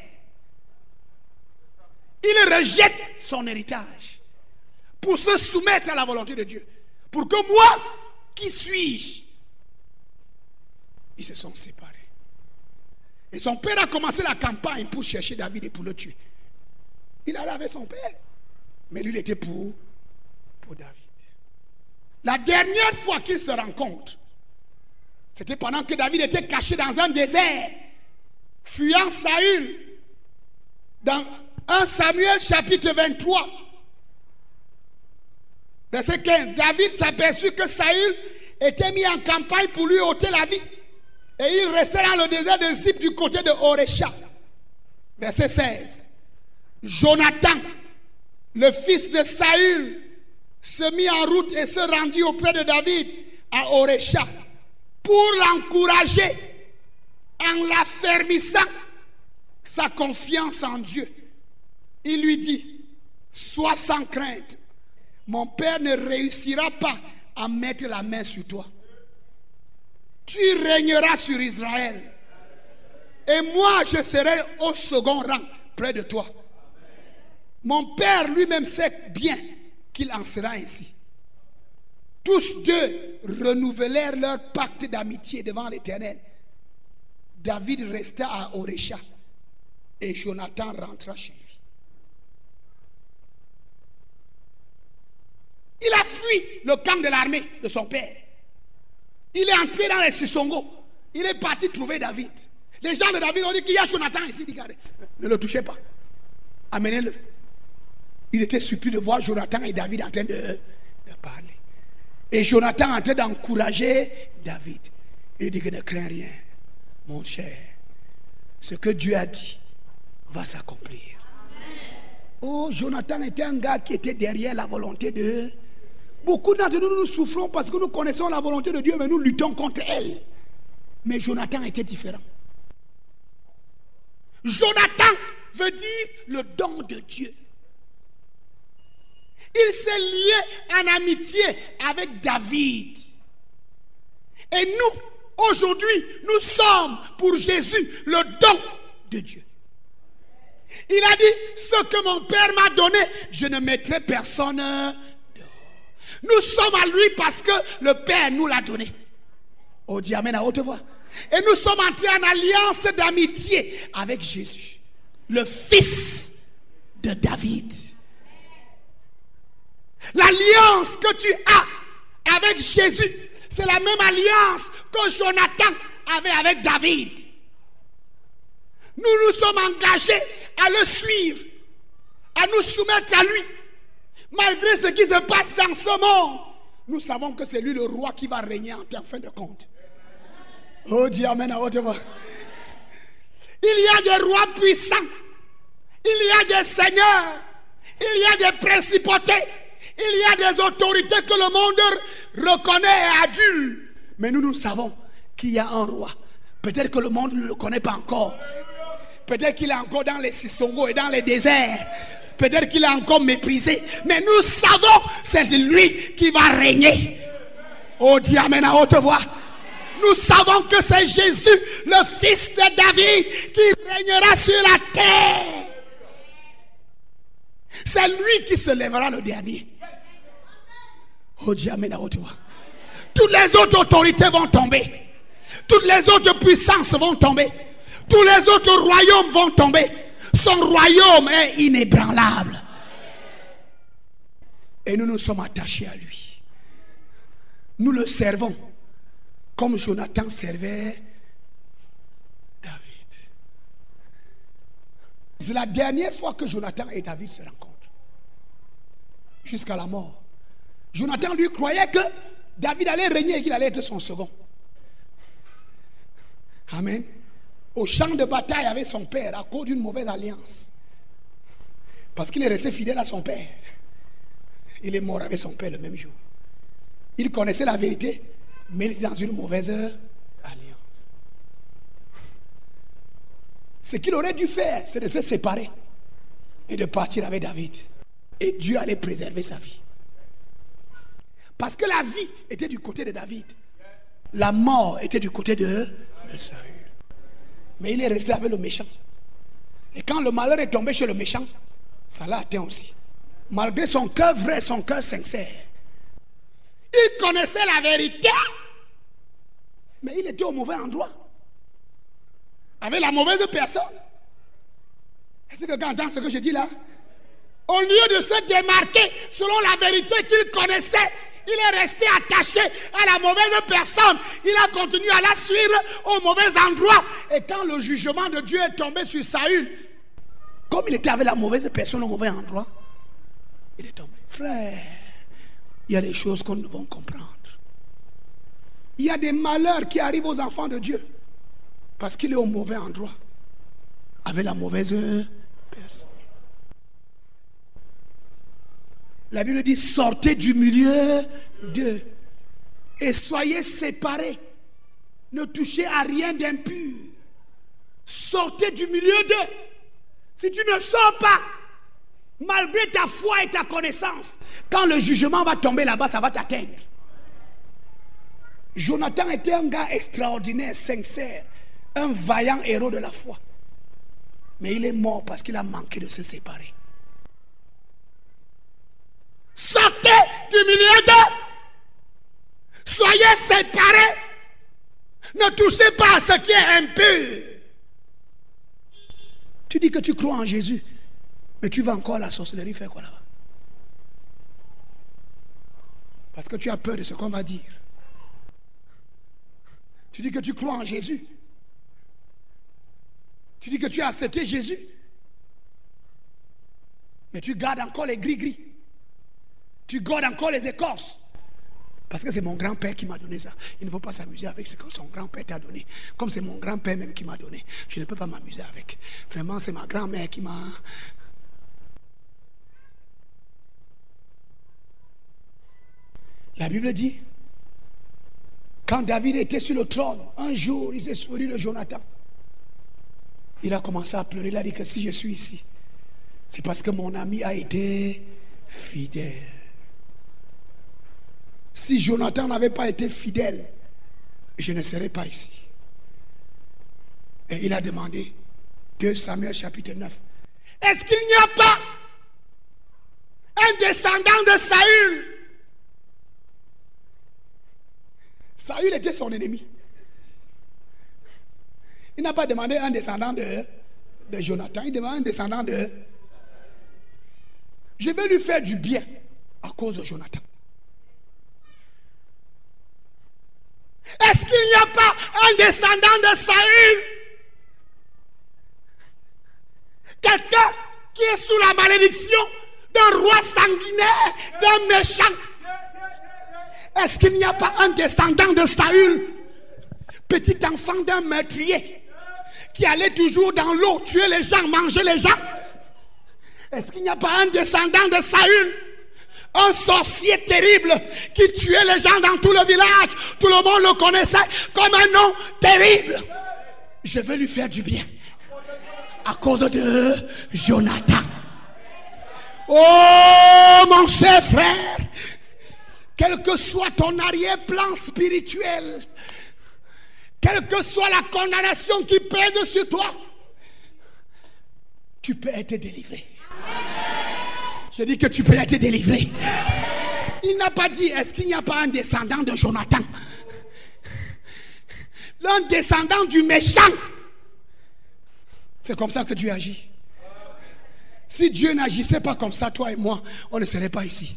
Il rejette son héritage. Pour se soumettre à la volonté de Dieu. Pour que moi, qui suis-je? Ils se sont séparés. Et son père a commencé la campagne pour chercher David et pour le tuer. Il allait avec son père. Mais lui, il était pour, pour David. La dernière fois qu'ils se rencontrent, c'était pendant que David était caché dans un désert, fuyant Saül. Dans premier Samuel chapitre vingt-trois, verset quinze, David s'aperçut que Saül était mis en campagne pour lui ôter la vie. Et il restait dans le désert de Zip du côté de Orécha. Verset seize. Jonathan, le fils de Saül, se mit en route et se rendit auprès de David à Orécha pour l'encourager en l'affermissant sa confiance en Dieu. Il lui dit, sois sans crainte, mon père ne réussira pas à mettre la main sur toi. Tu régneras sur Israël. Et moi, je serai au second rang près de toi. Mon père lui-même sait bien qu'il en sera ainsi. Tous deux renouvelèrent leur pacte d'amitié devant l'Éternel. David resta à Orécha et Jonathan rentra chez lui. Il a fui le camp de l'armée de son père. Il est entré dans les Sissongo. Il est parti trouver David. Les gens de David ont dit qu'il y a Jonathan ici. Regardez, ne le touchez pas. Amenez-le. Il était surpris de voir Jonathan et David en train de, de parler. Et Jonathan en train d'encourager David. Il dit que ne crains rien, mon cher. ce que Dieu a dit va s'accomplir. Oh, Jonathan était un gars qui était derrière la volonté de... Beaucoup d'entre nous, nous souffrons parce que nous connaissons la volonté de Dieu, mais nous luttons contre elle. Mais Jonathan était différent. Jonathan veut dire le don de Dieu. Il s'est lié en amitié avec David. Et nous, aujourd'hui, nous sommes pour Jésus le don de Dieu. Il a dit, ce que mon Père m'a donné, je ne mettrai personne dehors. Nous sommes à lui parce que le Père nous l'a donné. Oh, dis amen à haute voix. Et nous sommes entrés en alliance d'amitié avec Jésus, le fils de David. L'alliance que tu as avec Jésus, c'est la même alliance que Jonathan avait avec David. Nous nous sommes engagés à le suivre, à nous soumettre à lui. Malgré ce qui se passe dans ce monde, nous savons que c'est lui le roi qui va régner en fin de compte. Oh, dis amen à haute voix. Il y a des rois puissants, il y a des seigneurs, il y a des principautés, il y a des autorités que le monde reconnaît et adule. Mais nous, nous savons qu'il y a un roi. Peut-être que le monde ne le connaît pas encore. Peut-être qu'il est encore dans les Sissongo et dans les déserts. Peut-être qu'il est encore méprisé. Mais nous savons, c'est lui qui va régner. Oh, dis amen à haute voix. Nous savons que c'est Jésus, le fils de David, qui régnera sur la terre. C'est lui qui se lèvera le dernier. Oh, dis amen à haute voix. Toutes les autres autorités vont tomber. Toutes les autres puissances vont tomber. Tous les autres royaumes vont tomber. Son royaume est inébranlable. Et nous nous sommes attachés à lui. Nous le servons comme Jonathan servait David. C'est la dernière fois que Jonathan et David se rencontrent. Jusqu'à la mort. Jonathan lui croyait que David allait régner et qu'il allait être son second. Amen. Au champ de bataille avec son père à cause d'une mauvaise alliance. Parce qu'il est resté fidèle à son père. Il est mort avec son père le même jour. Il connaissait la vérité, mais il était dans une mauvaise alliance. Ce qu'il aurait dû faire, c'est de se séparer et de partir avec David. Et Dieu allait préserver sa vie. Parce que la vie était du côté de David. La mort était du côté de, de Saül. Mais il est resté avec le méchant. Et quand le malheur est tombé chez le méchant, ça l'a atteint aussi. Malgré son cœur vrai, son cœur sincère. Il connaissait la vérité, mais il était au mauvais endroit. Avec la mauvaise personne. Est-ce que quelqu'un entend ce que je dis là? Au lieu de se démarquer selon la vérité qu'il connaissait, il est resté attaché à la mauvaise personne. Il a continué à la suivre au mauvais endroit. Et quand le jugement de Dieu est tombé sur Saül, comme il était avec la mauvaise personne au mauvais endroit, il est tombé. Frère, il y a des choses qu'on ne va comprendre. Il y a des malheurs qui arrivent aux enfants de Dieu parce qu'il est au mauvais endroit avec la mauvaise personne. La Bible dit, sortez du milieu d'eux et soyez séparés. Ne touchez à rien d'impur. Sortez du milieu d'eux. Si tu ne sors pas, malgré ta foi et ta connaissance, quand le jugement va tomber là-bas, ça va t'atteindre. Jonathan était un gars extraordinaire, sincère, un vaillant héros de la foi. Mais il est mort parce qu'il a manqué de se séparer. Sortez du milieu d'eux. Soyez séparés. Ne touchez pas à ce qui est impur. Tu dis que tu crois en Jésus, mais tu vas encore à la sorcellerie faire quoi là-bas? Parce que tu as peur de ce qu'on va dire. Tu dis que tu crois en Jésus. Tu dis que tu as accepté Jésus. Mais tu gardes encore les gris-gris. Tu gardes encore les écorces. Parce que c'est mon grand-père qui m'a donné ça. Il ne faut pas s'amuser avec ce que son grand-père t'a donné. Comme c'est mon grand-père même qui m'a donné, je ne peux pas m'amuser avec. Vraiment, c'est ma grand-mère qui m'a... La Bible dit, quand David était sur le trône, un jour, il s'est souvenu de Jonathan. Il a commencé à pleurer. Il a dit que si je suis ici, c'est parce que mon ami a été fidèle. Si Jonathan n'avait pas été fidèle, je ne serais pas ici. Et il a demandé, deux Samuel chapitre neuf, est-ce qu'il n'y a pas un descendant de Saül? Saül était son ennemi. Il n'a pas demandé un descendant de, de Jonathan, il demande un descendant de... Je vais lui faire du bien à cause de Jonathan. Est-ce qu'il n'y a pas un descendant de Saül? Quelqu'un qui est sous la malédiction d'un roi sanguinaire, d'un méchant. Est-ce qu'il n'y a pas un descendant de Saül, petit enfant d'un meurtrier, qui allait toujours dans l'eau, tuer les gens, manger les gens? Est-ce qu'il n'y a pas un descendant de Saül, un sorcier terrible qui tuait les gens dans tout le village? Tout le monde le connaissait comme un nom terrible. Je vais lui faire du bien à cause de Jonathan. Oh mon cher frère, quel que soit ton arrière-plan spirituel, quelle que soit la condamnation qui pèse sur toi, tu peux être délivré. Je dis que tu peux être délivré. Il n'a pas dit, est-ce qu'il n'y a pas un descendant de Jonathan? Un descendant du méchant. C'est comme ça que Dieu agit. Si Dieu n'agissait pas comme ça, toi et moi, on ne serait pas ici.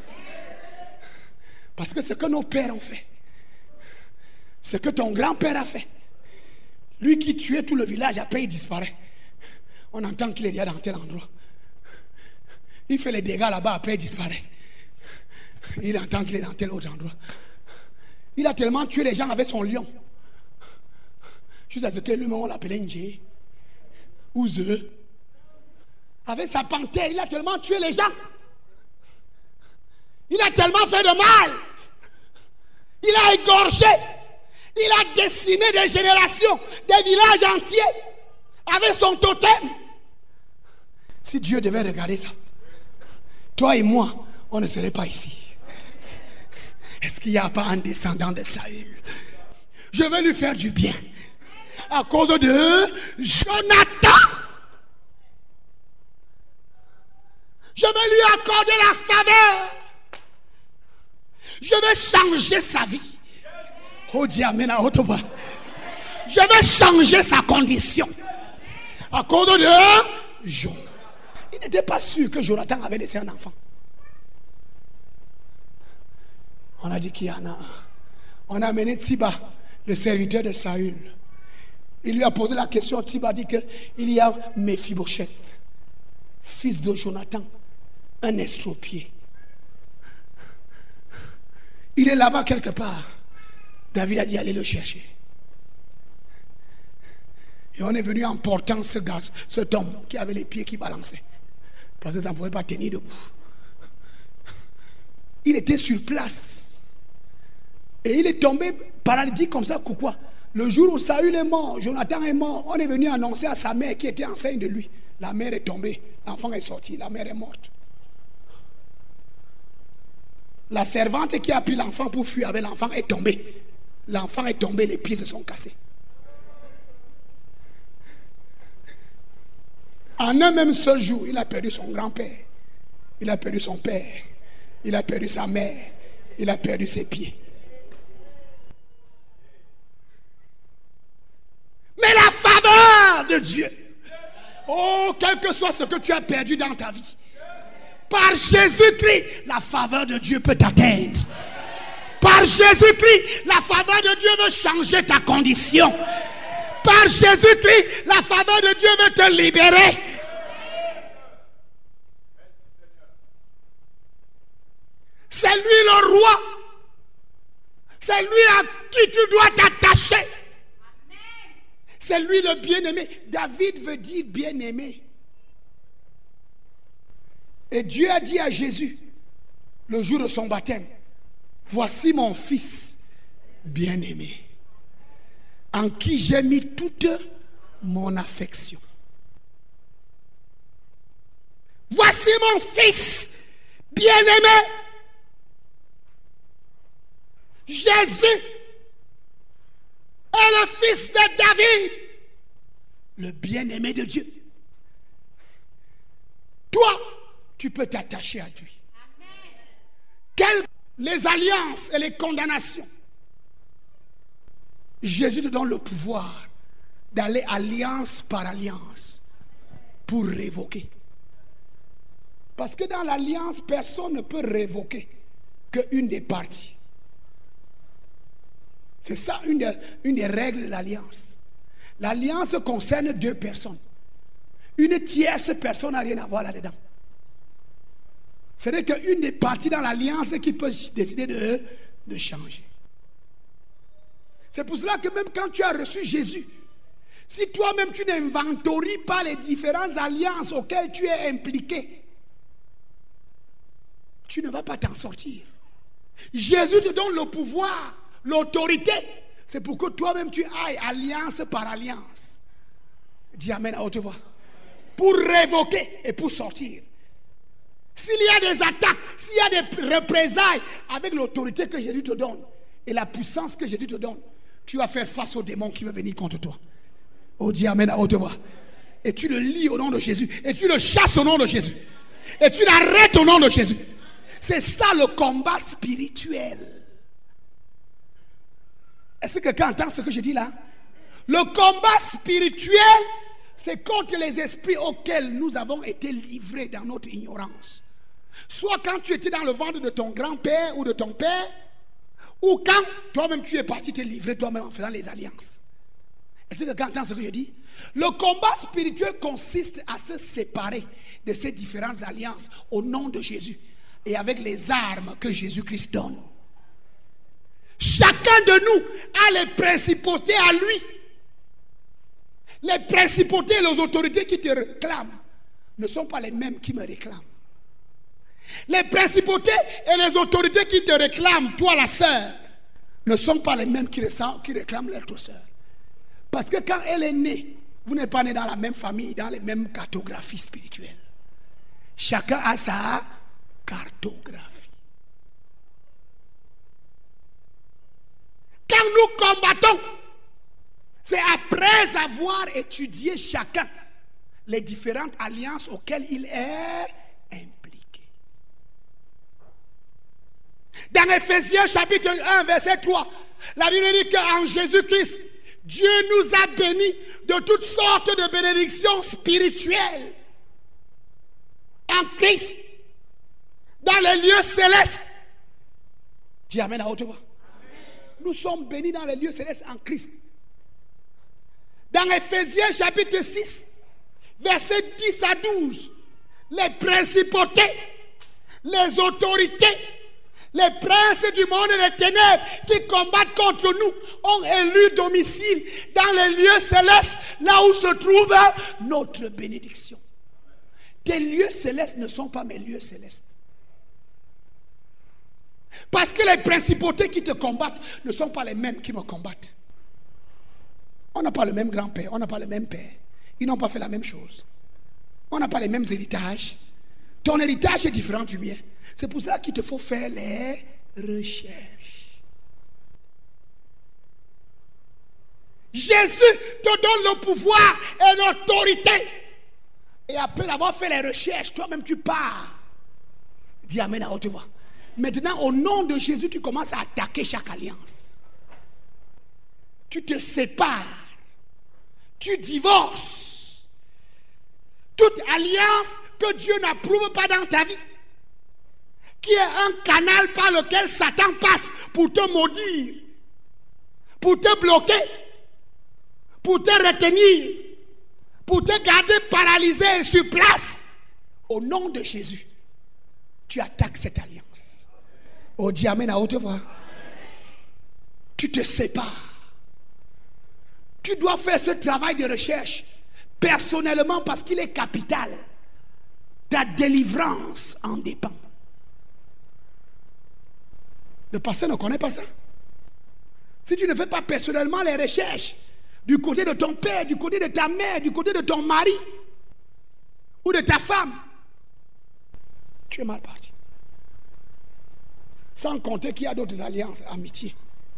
Parce que ce que nos pères ont fait, ce que ton grand-père a fait, lui qui tuait tout le village, après il disparaît. On entend qu'il est déjà dans tel endroit. Il fait les dégâts là-bas, après il disparaît. Il entend qu'il est dans tel autre endroit. Il a tellement tué les gens avec son lion. Jusqu'à ce que lui-même on l'appelait Ndjé. Ou Ze. Avec sa panthère, il a tellement tué les gens. Il a tellement fait de mal. Il a égorgé. Il a décimé des générations, des villages entiers avec son totem. Si Dieu devait regarder ça, toi et moi, on ne serait pas ici. Est-ce qu'il n'y a pas un descendant de Saül? Je vais lui faire du bien à cause de Jonathan. Je vais lui accorder la faveur. Je vais changer sa vie. Oh Dieu, je vais changer sa condition à cause de Jonathan. Il n'était pas sûr que Jonathan avait laissé un enfant. On a dit qu'il y en a un. On a amené Tsiba, le serviteur de Saül. Il lui a posé la question. Tsiba dit qu'il y a Méphibosheth, fils de Jonathan, un estropié. Il est là-bas quelque part. David a dit allez le chercher. Et on est venu en portant ce gars, cet homme qui avait les pieds qui balançaient. Parce que ça ne pouvait pas tenir debout. Il était sur place. Et il est tombé paralytique comme ça. Pourquoi? Le jour où Saül est mort, Jonathan est mort, on est venu annoncer à sa mère qui était enceinte de lui. La mère est tombée, l'enfant est sorti, la mère est morte. La servante qui a pris l'enfant pour fuir avec l'enfant est tombée. L'enfant est tombé, les pieds se sont cassés. En un même seul jour, il a perdu son grand-père, il a perdu son père, il a perdu sa mère, il a perdu ses pieds. Mais la faveur de Dieu, oh, quel que soit ce que tu as perdu dans ta vie, par Jésus-Christ, la faveur de Dieu peut t'atteindre. Par Jésus-Christ, la faveur de Dieu veut changer ta condition. Par Jésus-Christ, la faveur de Dieu veut te libérer. C'est lui le roi C'est lui à qui tu dois t'attacher. C'est lui le bien-aimé. David veut dire bien-aimé. Et Dieu a dit à Jésus, le jour de son baptême, voici mon fils bien-aimé, en qui j'ai mis toute mon affection. Voici mon fils bien-aimé. Jésus est le fils de David, le bien-aimé de Dieu. Toi, tu peux t'attacher à lui. Quelles les alliances et les condamnations, Jésus te donne le pouvoir d'aller alliance par alliance pour révoquer. Parce que dans l'alliance, personne ne peut révoquer qu'une des parties. C'est ça une, de, une des règles de l'alliance. L'alliance concerne deux personnes. Une tierce personne n'a rien à voir là-dedans. C'est-à-dire qu'une des parties dans l'alliance qui peut décider de, de changer. C'est pour cela que même quand tu as reçu Jésus, si toi-même tu n'inventories pas les différentes alliances auxquelles tu es impliqué, tu ne vas pas t'en sortir. Jésus te donne le pouvoir, l'autorité. C'est pour que toi-même tu ailles alliance par alliance. Dis amen à haute voix. Pour révoquer et pour sortir. S'il y a des attaques, s'il y a des représailles, avec l'autorité que Jésus te donne et la puissance que Jésus te donne, tu vas faire face au démon qui veut venir contre toi. Oh, dis amen à haute voix. Et tu le lis au nom de Jésus. Et tu le chasses au nom de Jésus. Et tu l'arrêtes au nom de Jésus. C'est ça le combat spirituel. Est-ce que quelqu'un entend ce que je dis là? Le combat spirituel, c'est contre les esprits auxquels nous avons été livrés dans notre ignorance. Soit quand tu étais dans le ventre de ton grand-père ou de ton père, ou quand toi-même tu es parti te livrer toi-même en faisant les alliances. Est-ce que quelqu'un entend ce que je dis? Le combat spirituel consiste à se séparer de ces différentes alliances au nom de Jésus et avec les armes que Jésus-Christ donne. Chacun de nous a les principautés à lui. Les principautés et les autorités qui te réclament ne sont pas les mêmes qui me réclament. Les principautés et les autorités qui te réclament, toi la sœur, ne sont pas les mêmes qui réclament l'autre sœur. Parce que quand elle est née, vous n'êtes pas nés dans la même famille, dans les mêmes cartographies spirituelles. Chacun a sa cartographie. Quand nous combattons, c'est après avoir étudié chacun les différentes alliances auxquelles il est impliqué. Dans Ephésiens chapitre un, verset trois, la Bible dit qu'en Jésus-Christ, Dieu nous a bénis de toutes sortes de bénédictions spirituelles en Christ, dans les lieux célestes. Dis amen à haute voix. Nous sommes bénis dans les lieux célestes en Christ. Dans Ephésiens chapitre six, versets dix à douze, les principautés, les autorités, les princes du monde des ténèbres qui combattent contre nous ont élu domicile dans les lieux célestes, là où se trouve notre bénédiction. Tes lieux célestes ne sont pas mes lieux célestes. Parce que les principautés qui te combattent ne sont pas les mêmes qui me combattent. On n'a pas le même grand-père, on n'a pas le même père. Ils n'ont pas fait la même chose. On n'a pas les mêmes héritages. Ton héritage est différent du mien. C'est pour ça qu'il te faut faire les recherches. Jésus te donne le pouvoir et l'autorité. Et après avoir fait les recherches, toi-même tu pars. Dis amen à haute voix. Maintenant, au nom de Jésus, tu commences à attaquer chaque alliance. Tu te sépares. Tu divorces. Toute alliance que Dieu n'approuve pas dans ta vie, qui est un canal par lequel Satan passe pour te maudire, pour te bloquer, pour te retenir, pour te garder paralysé sur place. Au nom de Jésus, tu attaques cette alliance. Oh, dis amen à haute voix. tu te sépares. Tu dois faire ce travail de recherche personnellement parce qu'il est capital. Ta délivrance en dépend. Le pasteur ne connaît pas ça. Si tu ne fais pas personnellement les recherches du côté de ton père, du côté de ta mère, du côté de ton mari ou de ta femme, tu es mal parti. Sans compter qu'il y a d'autres alliances, amitiés,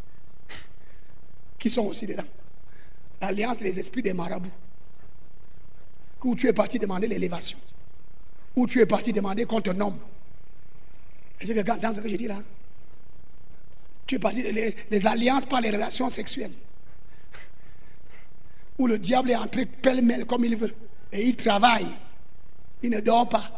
qui sont aussi dedans. L'alliance, les esprits des marabouts, où tu es parti demander l'élévation, où tu es parti demander qu'on te nomme. Est-ce que quelqu'un entend ce que je dis là? Tu es parti les, les alliances par les relations sexuelles, où le diable est entré pêle-mêle comme il veut, et il travaille, il ne dort pas.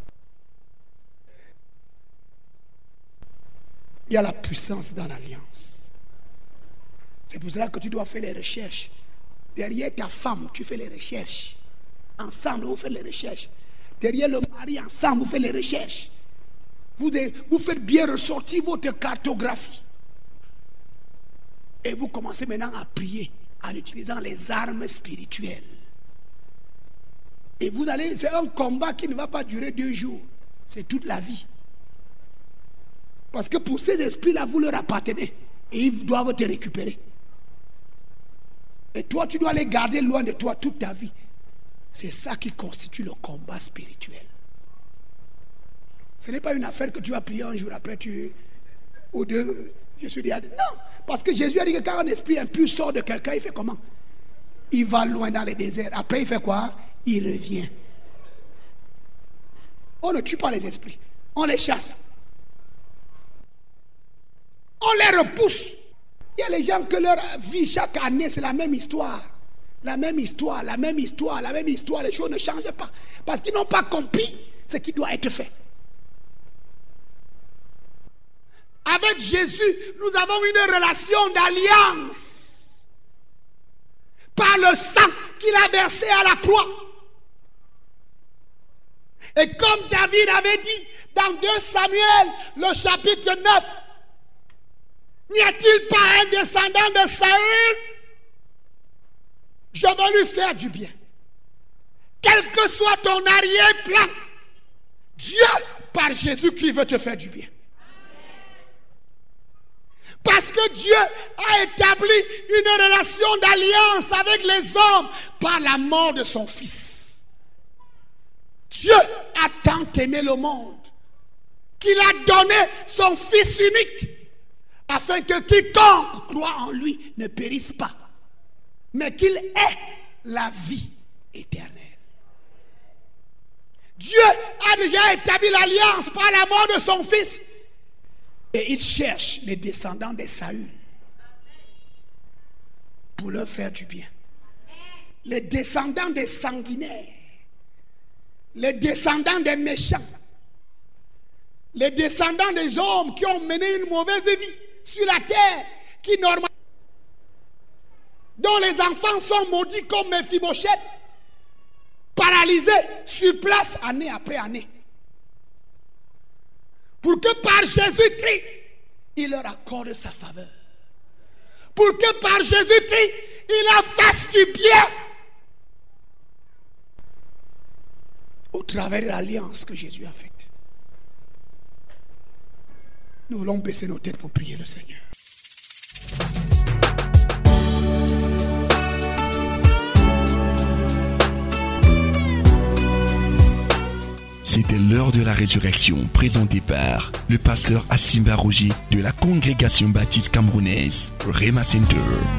Il y a la puissance dans l'alliance. C'est pour cela que tu dois faire les recherches. Derrière ta femme, tu fais les recherches. Ensemble, vous faites les recherches. Derrière le mari, ensemble, vous faites les recherches. Vous, vous faites bien ressortir votre cartographie. Et vous commencez maintenant à prier en utilisant les armes spirituelles. Et vous allez, c'est un combat qui ne va pas durer deux jours. C'est toute la vie. Parce que pour ces esprits-là, vous leur appartenez. Et ils doivent te récupérer. Et toi, tu dois les garder loin de toi toute ta vie. C'est ça qui constitue le combat spirituel. Ce n'est pas une affaire que tu vas prier un jour après, tu ou deux, je suis dit, non. Parce que Jésus a dit que quand un esprit impur sort de quelqu'un, il fait comment? Il va loin dans les déserts. Après, il fait quoi? Il revient. On ne tue pas les esprits. On les chasse. On les repousse. Il y a les gens que leur vie chaque année c'est la même histoire. La même histoire, la même histoire, la même histoire. Les choses ne changent pas. Parce qu'ils n'ont pas compris ce qui doit être fait. Avec Jésus, nous avons une relation d'alliance. Par le sang qu'il a versé à la croix. Et comme David avait dit dans deux Samuel, le chapitre neuf, n'y a-t-il pas un descendant de Saül? Je veux lui faire du bien. Quel que soit ton arrière-plan, Dieu, par Jésus-Christ, veut te faire du bien. Parce que Dieu a établi une relation d'alliance avec les hommes par la mort de son Fils. Dieu a tant aimé le monde qu'il a donné son Fils unique afin que quiconque croit en lui ne périsse pas, mais qu'il ait la vie éternelle. Dieu a déjà établi l'alliance par la mort de son Fils. Et il cherche les descendants de Saül pour leur faire du bien. Les descendants des sanguinaires, les descendants des méchants, les descendants des hommes qui ont mené une mauvaise vie sur la terre, qui normalement, dont les enfants sont maudits comme Mephibosheth, paralysés sur place année après année. Pour que par Jésus-Christ, il leur accorde sa faveur. Pour que par Jésus-Christ, il leur fasse du bien. Au travers de l'alliance que Jésus a faite. Nous voulons baisser nos têtes pour prier le Seigneur. C'était l'heure de la résurrection présentée par le pasteur Assimba Roger de la congrégation baptiste camerounaise Rema Center.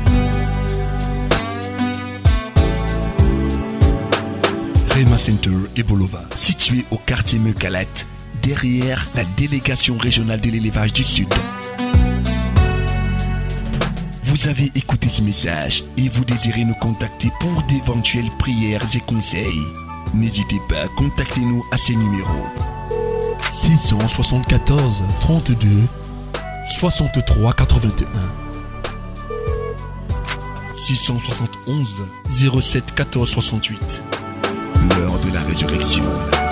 Rema Center Ebolova, situé au quartier Meukalat, derrière la délégation régionale de l'élevage du Sud. Vous avez écouté ce message et vous désirez nous contacter pour d'éventuelles prières et conseils. N'hésitez pas à contacter nous à ces numéros six cent soixante-quatorze trente-deux soixante-trois quatre-vingt-un, six cent soixante et onze zéro sept quatorze soixante-huit. L'heure de la résurrection.